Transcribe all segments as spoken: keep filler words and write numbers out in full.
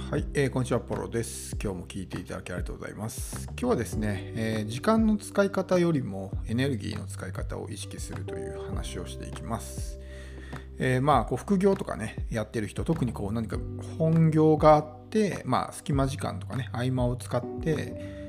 はい、えー、こんにちは、ポロです。今日も聞いていただきありがとうございます。今日はですね、えー時間の使い方よりもエネルギーの使い方を意識するという話をしていきます。えーまあこう副業とかねやってる人、特にこう何か本業があって、まあ隙間時間とかね合間を使って、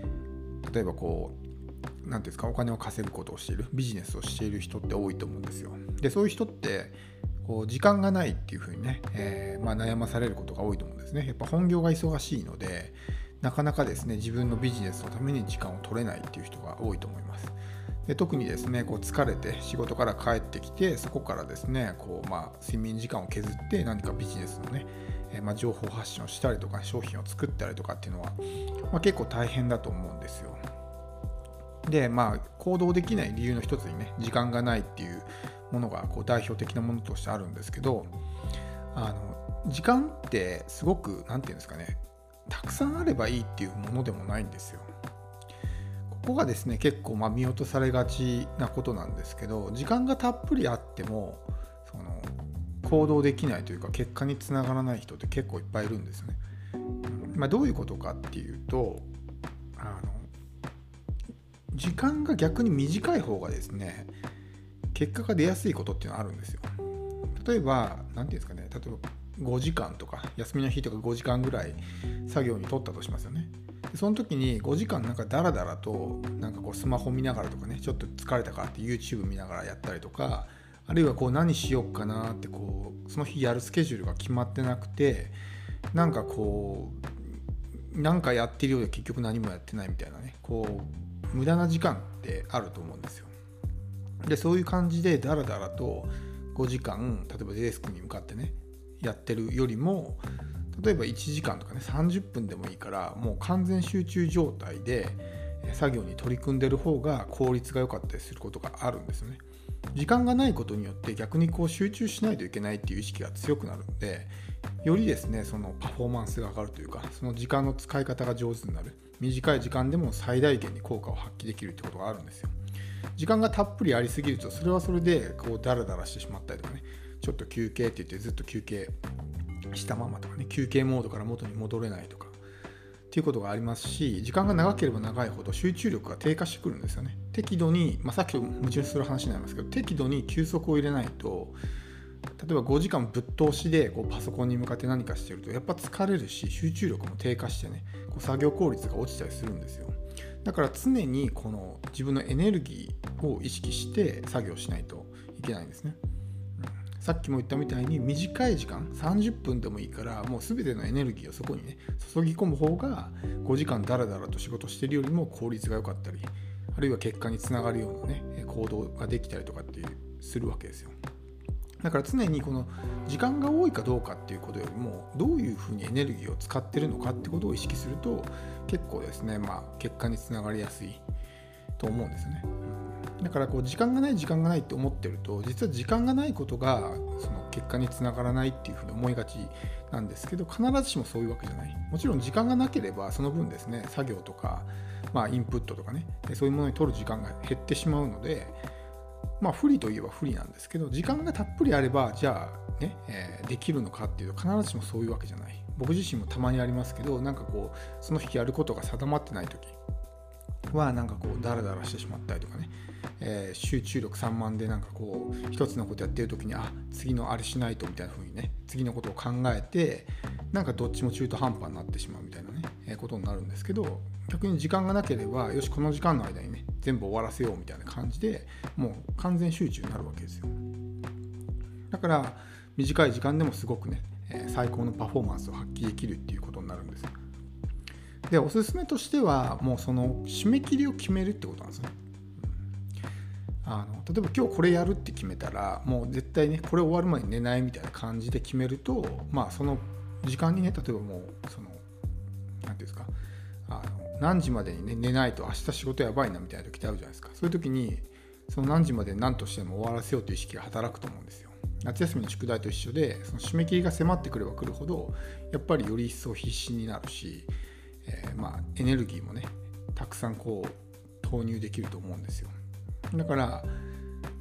例えばこうなんていうんですか、お金を稼ぐことをしている、ビジネスをしている人って多いと思うんですよ。でそういう人ってこう時間がないっていう風にね、えーまあ、悩まされることが多いと思うんですね。やっぱ本業が忙しいので、なかなかですね自分のビジネスのために時間を取れないっていう人が多いと思います。で特にですねこう疲れて仕事から帰ってきて、そこからですねこう、まあ、睡眠時間を削って何かビジネスのね、えーまあ、情報発信をしたりとか商品を作ったりとかっていうのは、まあ、結構大変だと思うんですよ。でまあ行動できない理由の一つにね、時間がないっていうものがこう代表的なものとしてあるんですけど、あの時間ってすごくなんていうんですかね、たくさんあればいいっていうものでもないんですよ。ここがですね結構まあ見落とされがちなことなんですけど、時間がたっぷりあってもその行動できないというか結果につながらない人って結構いっぱいいるんですよね。まあ、どういうことかっていうと、あの時間が逆に短い方がですね結果が出やすいことっていうのはあるんですよ。例えば何ていうんですかね、例えばごじかんとか休みの日とかごじかんぐらい作業に取ったとしますよね。でその時にごじかんなんかダラダラとなんかこうスマホ見ながらとかね、ちょっと疲れたからって YouTube 見ながらやったりとか、あるいはこう何しようかなってこうその日やるスケジュールが決まってなくて、なんかこうなんかやってるようで結局何もやってないみたいなね、こう無駄な時間ってあると思うんですよ。でそういう感じでダラダラとごじかん例えばデスクに向かってねやってるよりも、例えばいちじかんとかねさんじゅっぷんでもいいからもう完全集中状態で作業に取り組んでる方が効率が良かったりすることがあるんですよね。時間がないことによって逆にこう集中しないといけないっていう意識が強くなるので、よりですねそのパフォーマンスが上がるというか、その時間の使い方が上手になる、短い時間でも最大限に効果を発揮できるってことがあるんですよ。時間がたっぷりありすぎるとそれはそれでこうダラダラしてしまったりとかね、ちょっと休憩って言ってずっと休憩したままとかね、休憩モードから元に戻れないとかっていうことがありますし、時間が長ければ長いほど集中力が低下してくるんですよね。適度に、まあ、さっきと矛盾する話になりますけど、適度に休息を入れないと、例えばごじかんぶっ通しでこうパソコンに向かって何かしてるとやっぱ疲れるし、集中力も低下してね、こう作業効率が落ちたりするんですよ。だから常にこの自分のエネルギーを意識して作業しないといけないんですね。さっきも言ったみたいに短い時間さんじゅっぷんでもいいからもう全てのエネルギーをそこにね注ぎ込む方が、ごじかんダラダラと仕事してるよりも効率が良かったり、あるいは結果につながるようなね行動ができたりとかってするわけですよ。だから常にこの時間が多いかどうかっていうことよりも、どういうふうにエネルギーを使ってるのかってことを意識すると結構ですね、まあ結果につながりやすいと思うんですね。だからこう時間がない時間がないって思ってると、実は時間がないことがその結果につながらないっていうふうに思いがちなんですけど、必ずしもそういうわけじゃない。もちろん時間がなければその分ですね作業とか、まあ、インプットとかね、そういうものに取る時間が減ってしまうので、まあ不利といえば不利なんですけど、時間がたっぷりあればじゃあね、えー、できるのかっていうと必ずしもそういうわけじゃない。僕自身もたまにありますけど、なんかこうその日やることが定まってない時はなんかこうダラダラしてしまったりとかね、えー、集中力散漫でなんかこう一つのことやってる時に、あ次のあれしないとみたいな風にね、次のことを考えてなんかどっちも中途半端になってしまうみたいなね、えー、ことになるんですけど、逆に時間がなければよしこの時間の間にね全部終わらせようみたいな感じでもう完全集中になるわけですよ。だから短い時間でもすごくね、えー、最高のパフォーマンスを発揮できるっていうことになるんです。でおすすめとしてはもうその締め切りを決めるってことなんですね。あの例えば今日これやるって決めたらもう絶対ねこれ終わる前に寝ないみたいな感じで決めると、まあその時間にね、例えばもうその何ていうんですか、あの何時までに、ね、寝ないと明日仕事やばいなみたいな時ってあるじゃないですか。そういう時にその何時まで何としても終わらせようという意識が働くと思うんですよ。夏休みの宿題と一緒で、その締め切りが迫ってくればくるほどやっぱりより一層必死になるし、えー、まあエネルギーもねたくさんこう投入できると思うんですよ。だから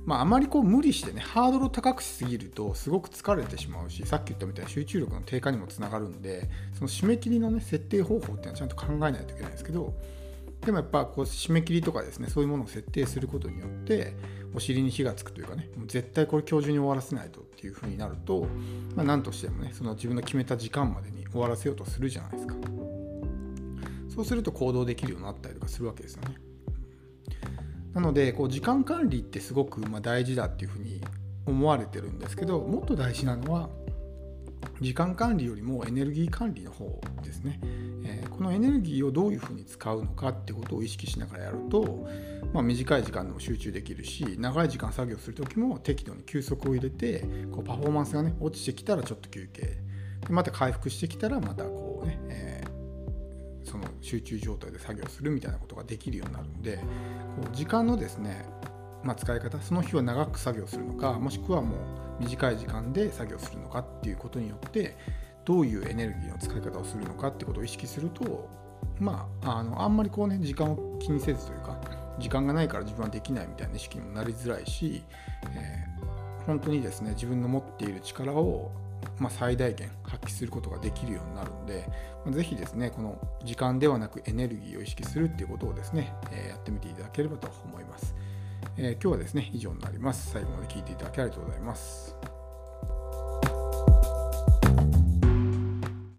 まあ、あまりこう無理してね、ハードルを高くしすぎるとすごく疲れてしまうし、さっき言ったみたいに集中力の低下にもつながるんで、その締め切りのね、設定方法っていうのはちゃんと考えないといけないんですけど、でもやっぱこう締め切りとかですね、そういうものを設定することによって、お尻に火がつくというかね、もう絶対これ今日中に終わらせないとっていう風になると、まあ、何としてもね、その自分の決めた時間までに終わらせようとするじゃないですか。そうすると行動できるようになったりとかするわけですよね。なのでこう時間管理ってすごくまあ大事だっていうふうに思われてるんですけど、もっと大事なのは時間管理よりもエネルギー管理の方ですね。えーこのエネルギーをどういうふうに使うのかってことを意識しながらやると、まあ、短い時間でも集中できるし、長い時間作業するときも適度に休息を入れて、こうパフォーマンスがね落ちてきたらちょっと休憩で、また回復してきたらまたこうね、えーその集中状態で作業するみたいなことができるようになるので、こう時間のですね、まあ、使い方、その日は長く作業するのか、もしくはもう短い時間で作業するのかっていうことによって、どういうエネルギーの使い方をするのかってことを意識すると、まあ、あのあんまりこうね時間を気にせずというか、時間がないから自分はできないみたいな意識にもなりづらいし、えー、本当にですね自分の持っている力をまあ、最大限発揮することができるようになるので、ぜひですねこの時間ではなくエネルギーを意識するっていうことをですね、えー、やってみていただければと思います。えー、今日はですね以上になります。最後まで聞いていただきありがとうございます。